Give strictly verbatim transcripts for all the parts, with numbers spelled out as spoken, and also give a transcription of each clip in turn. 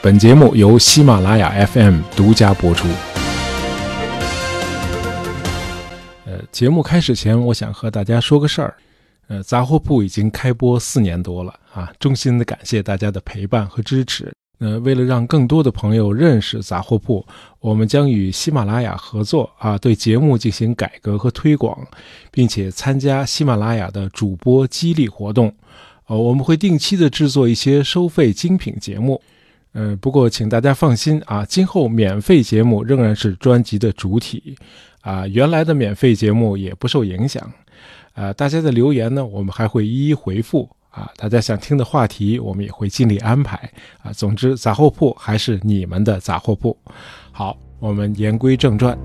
本节目由喜马拉雅 F M 独家播出。呃，节目开始前，我想和大家说个事儿。呃，杂货铺已经开播四年多了啊，衷心的感谢大家的陪伴和支持。呃，为了让更多的朋友认识杂货铺，我们将与喜马拉雅合作啊，对节目进行改革和推广，并且参加喜马拉雅的主播激励活动。呃，我们会定期的制作一些收费精品节目。呃，不过请大家放心啊，今后免费节目仍然是专辑的主体啊，原来的免费节目也不受影响。啊，大家的留言呢，我们还会一一回复啊，大家想听的话题，我们也会尽力安排啊。总之，杂货铺还是你们的杂货铺。好，我们言归正传。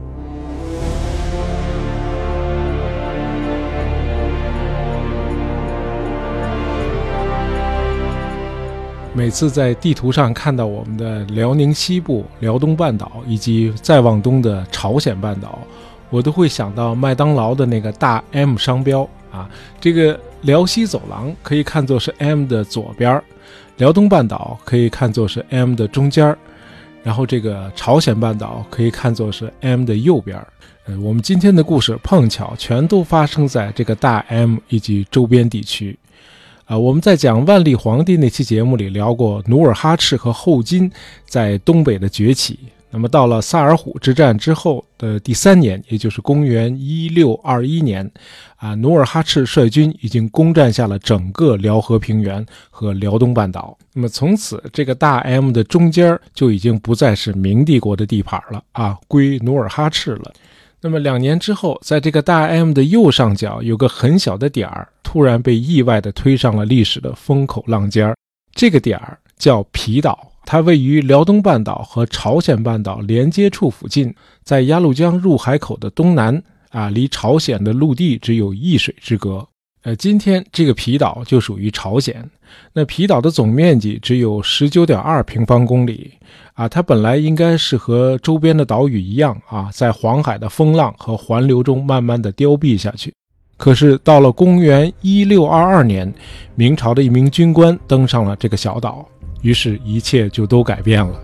每次在地图上看到我们的辽宁西部、辽东半岛以及再往东的朝鲜半岛，我都会想到麦当劳的那个大 M 商标啊。这个辽西走廊可以看作是 M 的左边，辽东半岛可以看作是 M 的中间，然后这个朝鲜半岛可以看作是 M 的右边。呃，我们今天的故事碰巧全都发生在这个大 M 以及周边地区。啊，我们在讲万历皇帝那期节目里聊过努尔哈赤和后金在东北的崛起。那么到了萨尔浒之战之后的第三年，也就是公元一六二一年，啊，努尔哈赤率军已经攻占下了整个辽河平原和辽东半岛。那么从此，这个大 M 的中间就已经不再是明帝国的地盘了啊，归努尔哈赤了。那么两年之后，在这个大 M 的右上角有个很小的点儿，突然被意外地推上了历史的风口浪尖。这个点儿叫皮岛，它位于辽东半岛和朝鲜半岛连接处附近，在鸭绿江入海口的东南啊，离朝鲜的陆地只有一水之隔。呃，今天这个皮岛就属于朝鲜。那皮岛的总面积只有 十九点二平方公里啊，它本来应该是和周边的岛屿一样啊，在黄海的风浪和环流中慢慢的凋敝下去。可是到了公元一六二二年，明朝的一名军官登上了这个小岛，于是一切就都改变了。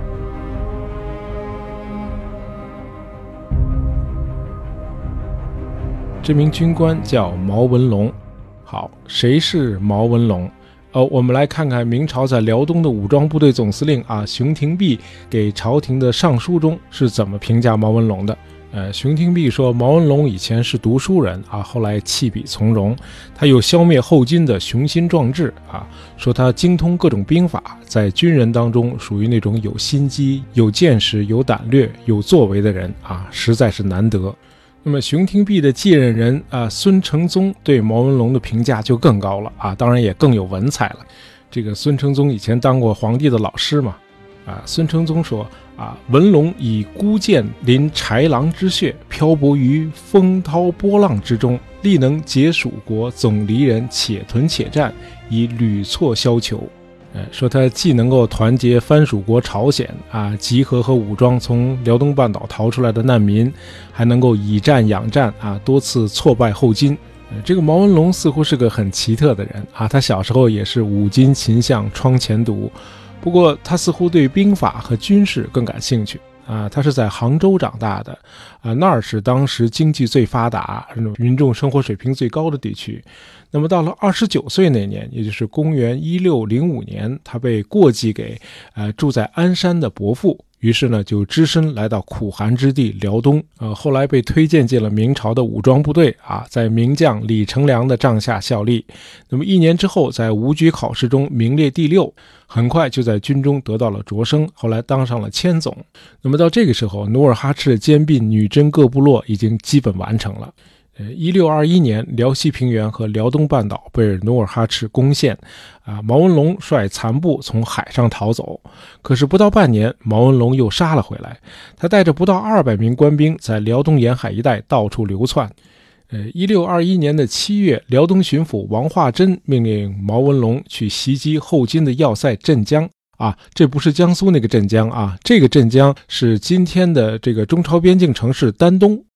这名军官叫毛文龙。好，谁是毛文龙？呃，我们来看看明朝在辽东的武装部队总司令啊，熊廷弼给朝廷的上书中是怎么评价毛文龙的。呃，熊廷弼说，毛文龙以前是读书人啊，后来弃笔从戎，他有消灭后金的雄心壮志啊，说他精通各种兵法，在军人当中属于那种有心机、有见识、有胆略、有作为的人啊，实在是难得。那么熊廷弼的继任人啊，孙承宗对毛文龙的评价就更高了啊，当然也更有文采了。这个孙承宗以前当过皇帝的老师嘛，啊，孙承宗说啊，文龙以孤剑临豺狼之穴，漂泊于风涛波浪之中，力能解蜀国总离人，且屯且战，以屡挫削求。呃，说他既能够团结藩属国朝鲜啊，集合和武装从辽东半岛逃出来的难民，还能够以战养战啊，多次挫败后金。呃，这个毛文龙似乎是个很奇特的人啊，他小时候也是五金琴相窗前读，不过他似乎对兵法和军事更感兴趣啊。他是在杭州长大的啊，那儿是当时经济最发达、民众生活水平最高的地区。那么到了二十九岁那年，也就是公元一六零五年，他被过继给呃住在鞍山的伯父，于是呢就只身来到苦寒之地辽东，呃后来被推荐进了明朝的武装部队啊，在名将李成梁的帐下效力。那么一年之后，在武举考试中名列第六，很快就在军中得到了擢升，后来当上了千总。那么到这个时候，努尔哈赤兼并女真各部落已经基本完成了。呃，一六二一年，辽西平原和辽东半岛被努尔哈赤攻陷，啊，毛文龙率残部从海上逃走。可是不到半年，毛文龙又杀了回来。他带着不到二百名官兵，在辽东沿海一带到处流窜。呃，一六二一年的七月，辽东巡抚王化贞命令毛文龙去袭击后金的要塞镇江。啊，这不是江苏那个镇江啊，这个镇江是今天的这个中朝边境城市丹东。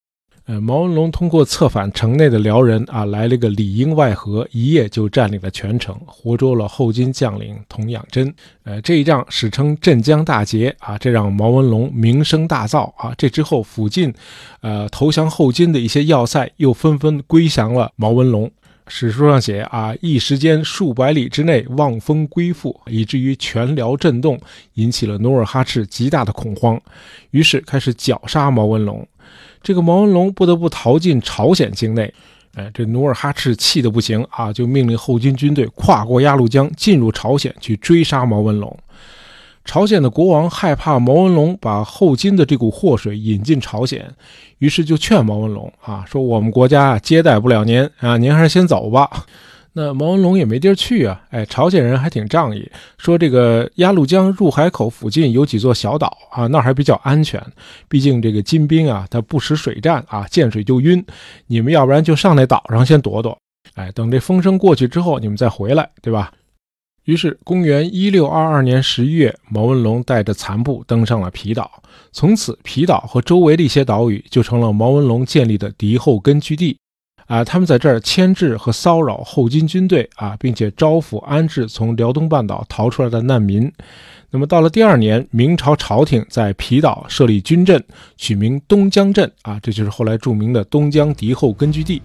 呃，毛文龙通过策反城内的辽人啊，来了个里应外合，一夜就占领了全城，活捉了后金将领童养真。呃，这一仗史称镇江大捷啊，这让毛文龙名声大噪啊。这之后，附近呃投降后金的一些要塞又纷纷归降了毛文龙。史书上写啊，一时间数百里之内望风归附，以至于全辽震动，引起了努尔哈赤极大的恐慌，于是开始绞杀毛文龙。这个毛文龙不得不逃进朝鲜境内，哎，这努尔哈赤气得不行啊，就命令后金军队跨过鸭绿江进入朝鲜去追杀毛文龙。朝鲜的国王害怕毛文龙把后金的这股祸水引进朝鲜，于是就劝毛文龙啊，说我们国家接待不了您啊，您还是先走吧。那毛文龙也没地儿去啊，哎，朝鲜人还挺仗义，说这个鸭绿江入海口附近有几座小岛啊，那儿还比较安全，毕竟这个金兵啊，他不识水战啊，见水就晕，你们要不然就上那岛上先躲躲，哎，等这风声过去之后，你们再回来，对吧？于是，公元一六二二年十一月，毛文龙带着残部登上了皮岛。从此，皮岛和周围的一些岛屿就成了毛文龙建立的敌后根据地。啊，他们在这儿牵制和骚扰后金军队啊，并且招抚安置从辽东半岛逃出来的难民。那么到了第二年，明朝朝廷在皮岛设立军镇，取名东江镇啊，这就是后来著名的东江敌后根据地。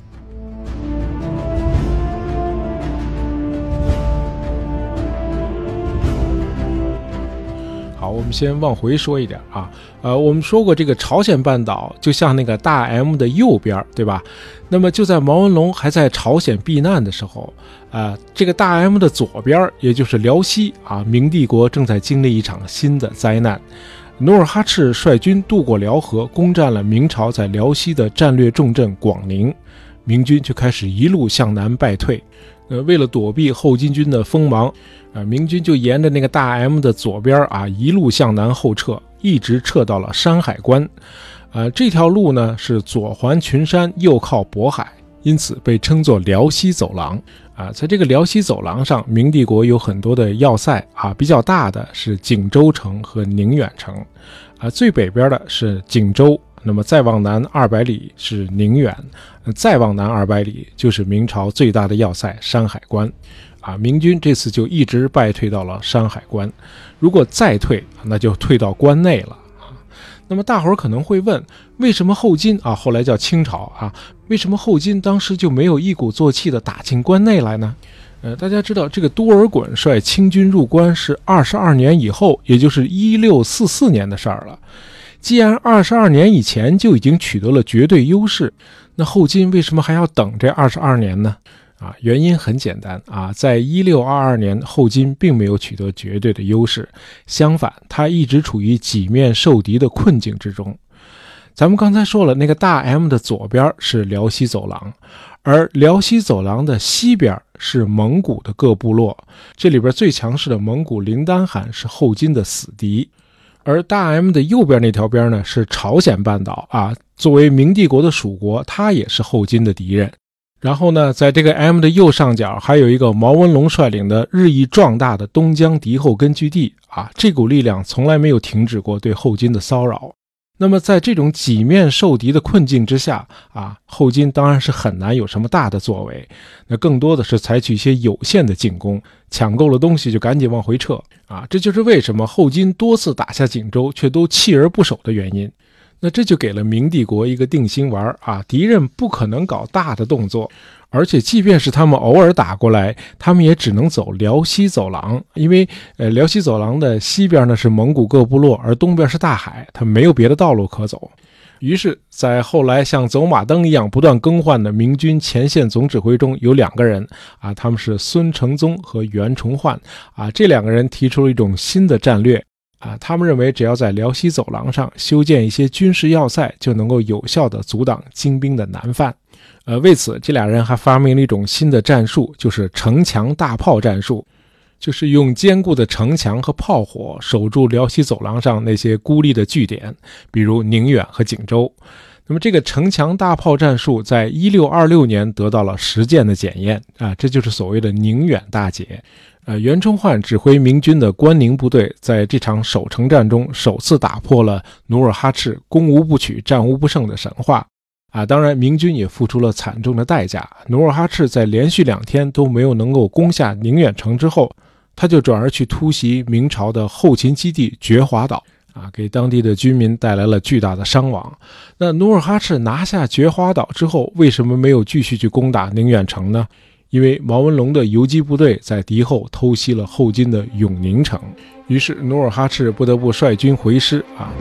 好，我们先往回说一点啊，呃，我们说过这个朝鲜半岛就像那个大 M 的右边，对吧？那么就在毛文龙还在朝鲜避难的时候，呃，这个大 M 的左边，也就是辽西啊，明帝国正在经历一场新的灾难。努尔哈赤率军渡过辽河，攻占了明朝在辽西的战略重镇广宁，明军就开始一路向南败退。呃，为了躲避后金军的锋芒，啊，明军就沿着那个大 M 的左边啊，一路向南后撤，一直撤到了山海关。呃，这条路呢是左环群山，右靠渤海，因此被称作辽西走廊。啊，在这个辽西走廊上，明帝国有很多的要塞啊，比较大的是景州城和宁远城，啊，最北边的是景州。那么再往南二百里是宁远，再往南二百里就是明朝最大的要塞山海关。啊，明军这次就一直败退到了山海关，如果再退，那就退到关内了啊。那么大伙儿可能会问，为什么后金啊，后来叫清朝啊，为什么后金当时就没有一鼓作气的打进关内来呢？呃，大家知道这个多尔衮率清军入关是二十二年以后，也就是一六四四年的事儿了。既然二十二年以前就已经取得了绝对优势，那后金为什么还要等这二十二年呢？啊，原因很简单啊，在一六二二年，后金并没有取得绝对的优势，相反，他一直处于几面受敌的困境之中。咱们刚才说了，那个大 M 的左边是辽西走廊，而辽西走廊的西边是蒙古的各部落，这里边最强势的蒙古林丹汗是后金的死敌。而大 M 的右边那条边呢是朝鲜半岛啊，作为明帝国的属国，它也是后金的敌人。然后呢，在这个 M 的右上角还有一个毛文龙率领的日益壮大的东江敌后根据地啊，这股力量从来没有停止过对后金的骚扰。那么在这种几面受敌的困境之下啊，后金当然是很难有什么大的作为，那更多的是采取一些有限的进攻，抢够了东西就赶紧往回撤啊，这就是为什么后金多次打下锦州却都锲而不守的原因。那这就给了明帝国一个定心丸啊，敌人不可能搞大的动作，而且即便是他们偶尔打过来，他们也只能走辽西走廊，因为呃辽西走廊的西边呢是蒙古各部落，而东边是大海，他没有别的道路可走。于是在后来像走马灯一样不断更换的明军前线总指挥中有两个人啊，他们是孙承宗和袁崇焕啊，这两个人提出了一种新的战略啊，他们认为只要在辽西走廊上修建一些军事要塞，就能够有效地阻挡金兵的南犯。呃，为此这俩人还发明了一种新的战术，就是城墙大炮战术，就是用坚固的城墙和炮火守住辽西走廊上那些孤立的据点，比如宁远和景州。那么这个城墙大炮战术在一六二六年得到了实践的检验啊，这就是所谓的宁远大捷。呃，袁崇焕指挥明军的关宁部队在这场守城战中首次打破了努尔哈赤攻无不取战无不胜的神话。 啊，当然明军也付出了惨重的代价。努尔哈赤在连续两天都没有能够攻下宁远城之后，他就转而去突袭明朝的后勤基地觉华岛，啊，给当地的居民带来了巨大的伤亡。那努尔哈赤拿下觉华岛之后，为什么没有继续去攻打宁远城呢？因为毛文龙的游击部队在敌后偷袭了后金的永宁城，于是努尔哈赤不得不率军回师啊。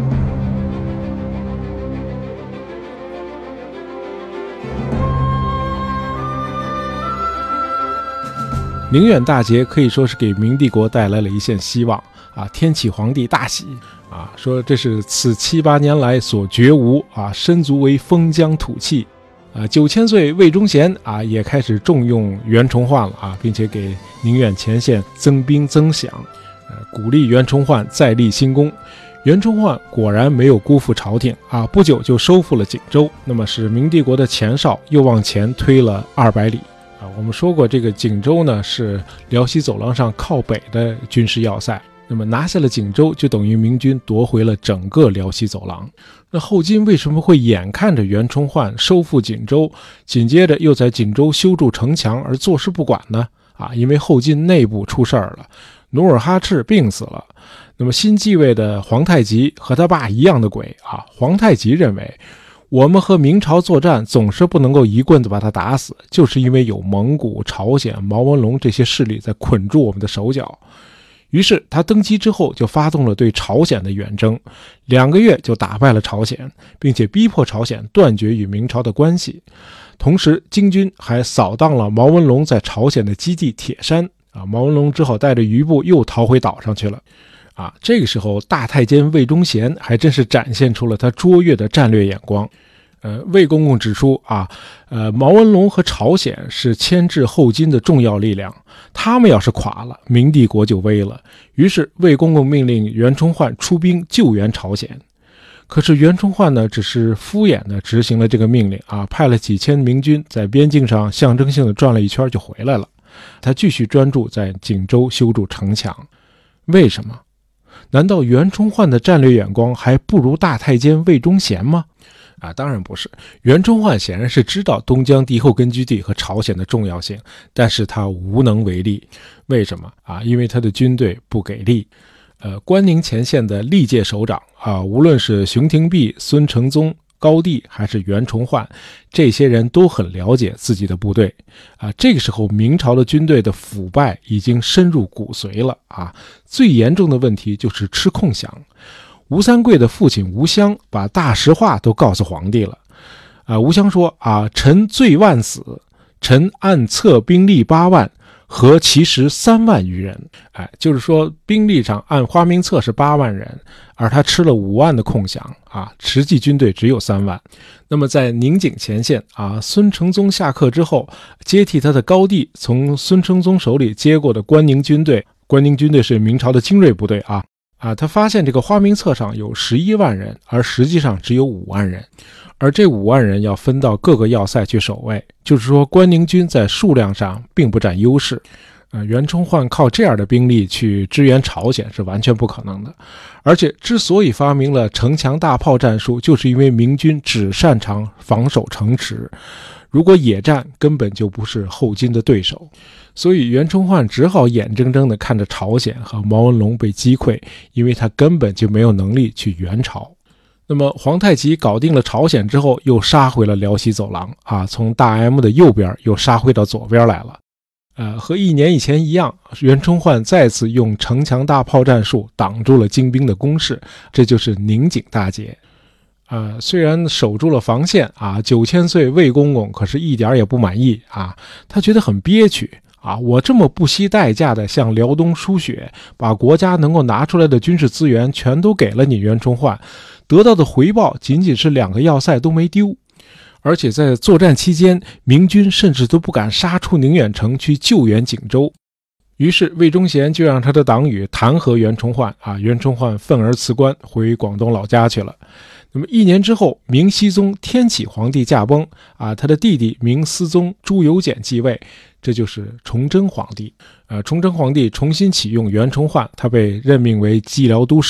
宁远大捷可以说是给明帝国带来了一线希望啊！天启皇帝大喜啊，说这是此七八年来所绝无啊，身足为封疆土气啊。九千岁魏忠贤啊也开始重用袁崇焕了啊，并且给宁远前线增兵增饷，呃，鼓励袁崇焕再立新功。袁崇焕果然没有辜负朝廷啊，不久就收复了锦州，那么使明帝国的前哨又往前推了二百里。啊，我们说过，这个锦州呢是辽西走廊上靠北的军事要塞。那么拿下了锦州，就等于明军夺回了整个辽西走廊。那后金为什么会眼看着袁崇焕收复锦州，紧接着又在锦州修筑城墙而坐视不管呢？啊，因为后金内部出事儿了，努尔哈赤病死了。那么新继位的皇太极和他爸一样的鬼啊！皇太极认为，我们和明朝作战总是不能够一棍子把他打死，就是因为有蒙古、朝鲜、毛文龙这些势力在捆住我们的手脚。于是他登基之后就发动了对朝鲜的远征，两个月就打败了朝鲜，并且逼迫朝鲜断绝与明朝的关系。同时金军还扫荡了毛文龙在朝鲜的基地铁山啊，毛文龙只好带着余部又逃回岛上去了。啊，这个时候大太监魏忠贤还真是展现出了他卓越的战略眼光。呃，魏公公指出啊，呃，毛文龙和朝鲜是牵制后金的重要力量，他们要是垮了，明帝国就危了。于是魏公公命令袁崇焕出兵救援朝鲜。可是袁崇焕呢，只是敷衍地执行了这个命令啊，派了几千明军在边境上象征性地转了一圈就回来了。他继续专注在锦州修筑城墙。为什么？难道袁崇焕的战略眼光还不如大太监魏忠贤吗？啊，当然不是。袁崇焕显然是知道东江敌后根据地和朝鲜的重要性，但是他无能为力。为什么啊？因为他的军队不给力。呃，关宁前线的历届首长啊，无论是熊廷弼、孙承宗、高帝还是袁崇焕，这些人都很了解自己的部队啊。这个时候明朝的军队的腐败已经深入骨髓了啊。最严重的问题就是吃空饷。吴三桂的父亲吴襄把大实话都告诉皇帝了啊。吴襄说啊，臣罪万死，臣暗测兵力八万，和其实三万余人。哎，就是说兵力上按花名册是八万人，而他吃了五万的空饷啊，实际军队只有三万。那么在宁锦前线啊，孙承宗下课之后，接替他的高帝从孙承宗手里接过的关宁军队，关宁军队是明朝的精锐部队啊啊，他发现这个花名册上有十一万人，而实际上只有五万人。而这五万人要分到各个要塞去守卫，就是说关宁军在数量上并不占优势。呃，袁崇焕靠这样的兵力去支援朝鲜是完全不可能的。而且之所以发明了城墙大炮战术，就是因为明军只擅长防守城池，如果野战根本就不是后金的对手。所以袁崇焕只好眼睁睁地看着朝鲜和毛文龙被击溃，因为他根本就没有能力去援朝。那么皇太极搞定了朝鲜之后，又杀回了辽西走廊啊，从大 M 的右边又杀回到左边来了。呃，和一年以前一样，袁崇焕再次用城墙大炮战术挡住了金兵的攻势，这就是宁锦大捷。呃，虽然守住了防线啊，九千岁魏公公可是一点也不满意啊，他觉得很憋屈啊，我这么不惜代价的向辽东输血，把国家能够拿出来的军事资源全都给了你袁崇焕，得到的回报仅仅是两个要塞都没丢。而且在作战期间，明军甚至都不敢杀出宁远城去救援锦州。于是魏忠贤就让他的党羽弹劾袁崇焕啊，袁崇焕愤而辞官，回广东老家去了。那么一年之后，明熹宗天启皇帝驾崩啊，他的弟弟明思宗朱由检继位，这就是崇祯皇帝。呃，崇祯皇帝重新启用袁崇焕，他被任命为蓟辽都师。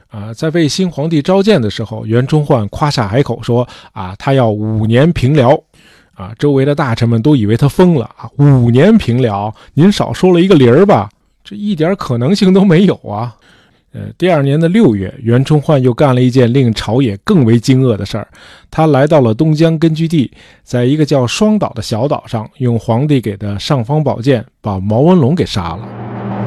啊，在被新皇帝召见的时候，袁崇焕夸下海口说啊，他要五年平辽。啊，周围的大臣们都以为他疯了啊！五年平辽，您少说了一个零儿吧？这一点可能性都没有啊！呃，第二年的六月，袁崇焕又干了一件令朝野更为惊愕的事儿，他来到了东江根据地，在一个叫双岛的小岛上，用皇帝给的尚方宝剑把毛文龙给杀了。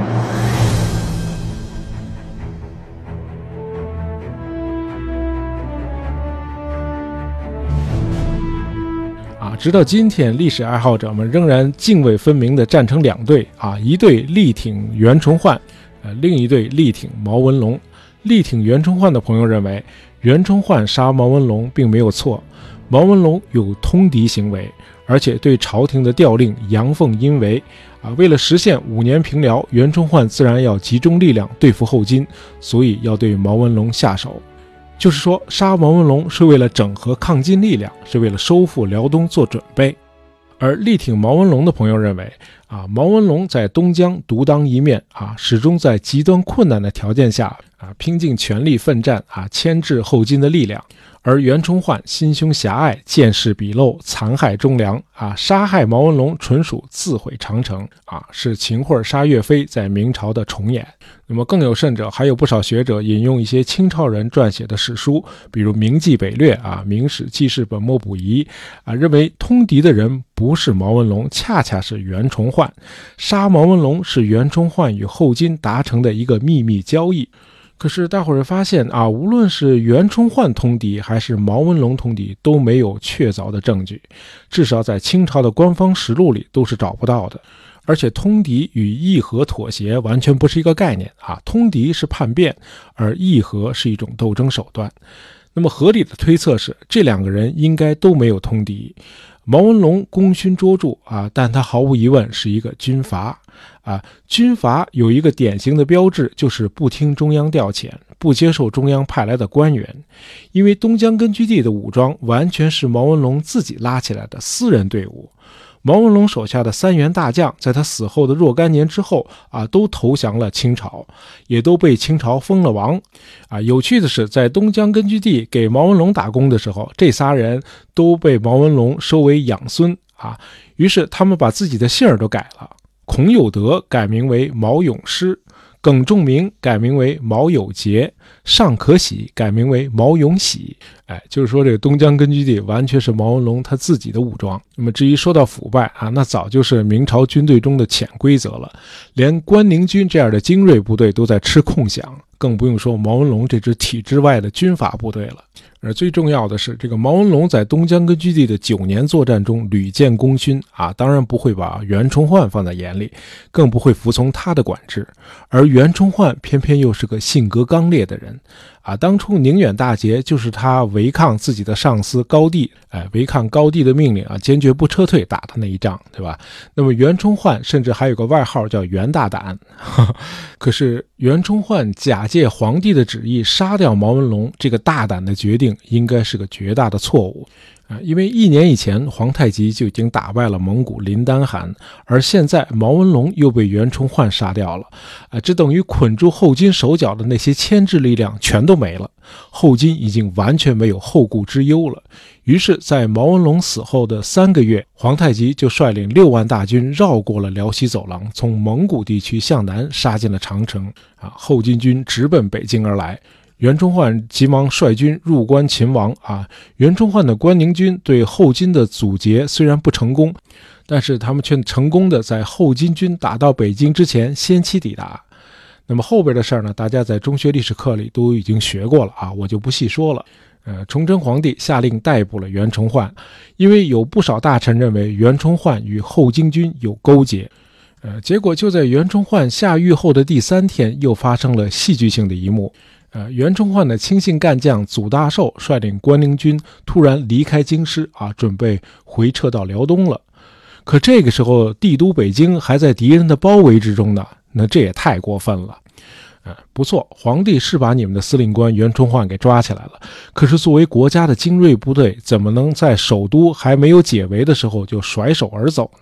直到今天，历史爱好者们仍然泾渭分明地站成两队啊，一队力挺袁崇焕，呃，另一队力挺毛文龙。力挺袁崇焕的朋友认为，袁崇焕杀毛文龙并没有错，毛文龙有通敌行为，而且对朝廷的调令阳奉阴违啊。为了实现五年平辽，袁崇焕自然要集中力量对付后金，所以要对毛文龙下手。就是说，杀毛文龙是为了整合抗金力量，是为了收复辽东做准备。而力挺毛文龙的朋友认为，啊，毛文龙在东江独当一面啊，始终在极端困难的条件下啊，拼尽全力奋战啊，牵制后金的力量。而袁崇焕心胸狭隘，见识鄙陋，残害忠良啊，杀害毛文龙纯属自毁长城啊，是秦桧杀岳飞在明朝的重演。那么更有甚者，还有不少学者引用一些清朝人撰写的史书，比如《明记北略》啊，《明史纪事本末补遗》啊，认为通敌的人不是毛文龙，恰恰是袁崇焕。杀毛文龙是袁崇焕与后金达成的一个秘密交易。可是大伙儿发现啊，无论是袁崇焕通敌还是毛文龙通敌，都没有确凿的证据，至少在清朝的官方实录里都是找不到的。而且通敌与议和妥协完全不是一个概念啊，通敌是叛变，而议和是一种斗争手段。那么合理的推测是，这两个人应该都没有通敌。毛文龙功勋卓著啊，但他毫无疑问是一个军阀啊。军阀有一个典型的标志，就是不听中央调遣，不接受中央派来的官员。因为东江根据地的武装完全是毛文龙自己拉起来的私人队伍。毛文龙手下的三员大将，在他死后的若干年之后啊，都投降了清朝，也都被清朝封了王啊。有趣的是，在东江根据地给毛文龙打工的时候，这仨人都被毛文龙收为养孙啊。于是他们把自己的姓儿都改了，孔有德改名为毛永师，耿仲明改名为毛有节，尚可喜改名为毛永喜。哎，就是说这个东江根据地完全是毛文龙他自己的武装。那么至于说到腐败啊，那早就是明朝军队中的潜规则了，连关宁军这样的精锐部队都在吃空饷，更不用说毛文龙这支体制外的军阀部队了。而最重要的是，这个毛文龙在东江根据地的九年作战中屡建功勋啊，当然不会把袁崇焕放在眼里，更不会服从他的管制。而袁崇焕偏偏又是个性格刚烈的人啊，当初宁远大捷就是他违抗自己的上司高帝，哎，违抗高帝的命令啊，坚决不撤退打的那一仗，对吧？那么袁崇焕甚至还有个外号叫袁大胆。可是袁崇焕假借皇帝的旨意杀掉毛文龙，这个大胆的决定应该是个绝大的错误。啊，因为一年以前皇太极就已经打败了蒙古林丹汗，而现在毛文龙又被袁崇焕杀掉了，啊，这等于捆住后金手脚的那些牵制力量全都没了，后金已经完全没有后顾之忧了。于是在毛文龙死后的三个月，皇太极就率领六万大军绕过了辽西走廊，从蒙古地区向南杀进了长城，啊，后金军直奔北京而来。袁崇焕急忙率军入关勤王啊！袁崇焕的关宁军对后金的阻截虽然不成功，但是他们却成功的在后金军打到北京之前先期抵达。那么后边的事儿呢，大家在中学历史课里都已经学过了啊，我就不细说了。呃，崇祯皇帝下令逮捕了袁崇焕，因为有不少大臣认为袁崇焕与后金军有勾结。呃，结果就在袁崇焕下狱后的第三天，又发生了戏剧性的一幕。呃，袁崇焕的亲信干将祖大寿率领关宁军突然离开京师啊，准备回撤到辽东了。可这个时候帝都北京还在敌人的包围之中呢，那这也太过分了。呃，不错，皇帝是把你们的司令官袁崇焕给抓起来了，可是作为国家的精锐部队，怎么能在首都还没有解围的时候就甩手而走呢？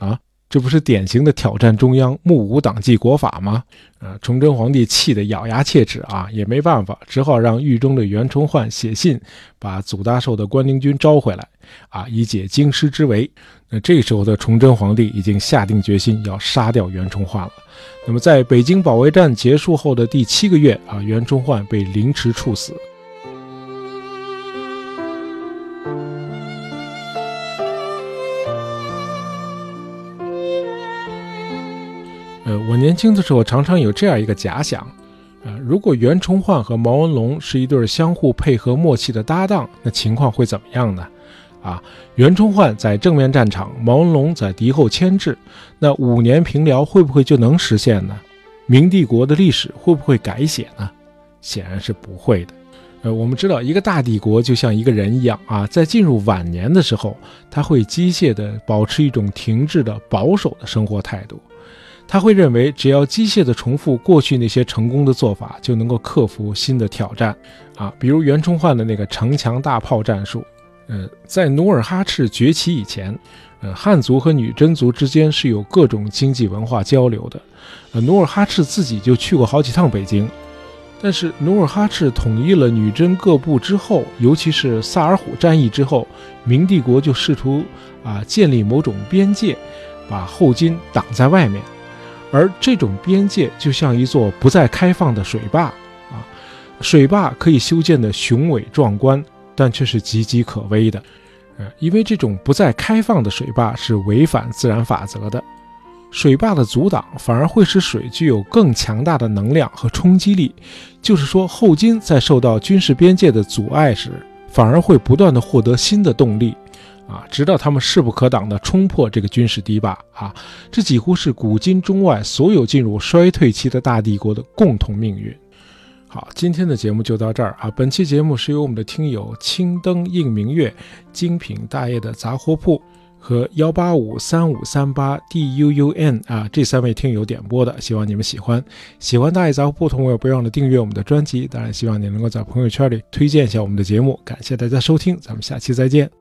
这不是典型的挑战中央、目无党纪国法吗？呃，崇祯皇帝气得咬牙切齿啊，也没办法，只好让狱中的袁崇焕写信把祖大寿的关宁军招回来啊，以解京师之围。那这时候的崇祯皇帝已经下定决心要杀掉袁崇焕了。那么在北京保卫战结束后的第七个月啊，袁崇焕被凌迟处死。呃，我年轻的时候常常有这样一个假想，呃，如果袁崇焕和毛文龙是一对相互配合默契的搭档，那情况会怎么样呢？啊，袁崇焕在正面战场，毛文龙在敌后牵制，那五年平辽会不会就能实现呢？明帝国的历史会不会改写呢？显然是不会的。呃，我们知道一个大帝国就像一个人一样啊，在进入晚年的时候，他会机械地保持一种停滞的保守的生活态度。他会认为只要机械地重复过去那些成功的做法，就能够克服新的挑战啊，比如袁崇焕的那个城墙大炮战术。呃，在努尔哈赤崛起以前，呃，汉族和女真族之间是有各种经济文化交流的。呃，努尔哈赤自己就去过好几趟北京。但是努尔哈赤统一了女真各部之后，尤其是萨尔浒战役之后，明帝国就试图啊建立某种边界，把后金挡在外面。而这种边界就像一座不再开放的水坝啊，水坝可以修建的雄伟壮观，但却是岌岌可危的。呃，因为这种不再开放的水坝是违反自然法则的，水坝的阻挡反而会使水具有更强大的能量和冲击力。就是说，后金在受到军事边界的阻碍时，反而会不断的获得新的动力。啊，直到他们势不可挡地冲破这个军事堤坝啊，这几乎是古今中外所有进入衰退期的大帝国的共同命运。好，今天的节目就到这儿啊。本期节目是由我们的听友青灯映明月、精品大业的杂货铺和幺八五三五三八 D U U N 啊这三位听友点播的，希望你们喜欢。喜欢大业杂货铺，同学不要忘了订阅我们的专辑，当然希望你能够在朋友圈里推荐一下我们的节目。感谢大家收听，咱们下期再见。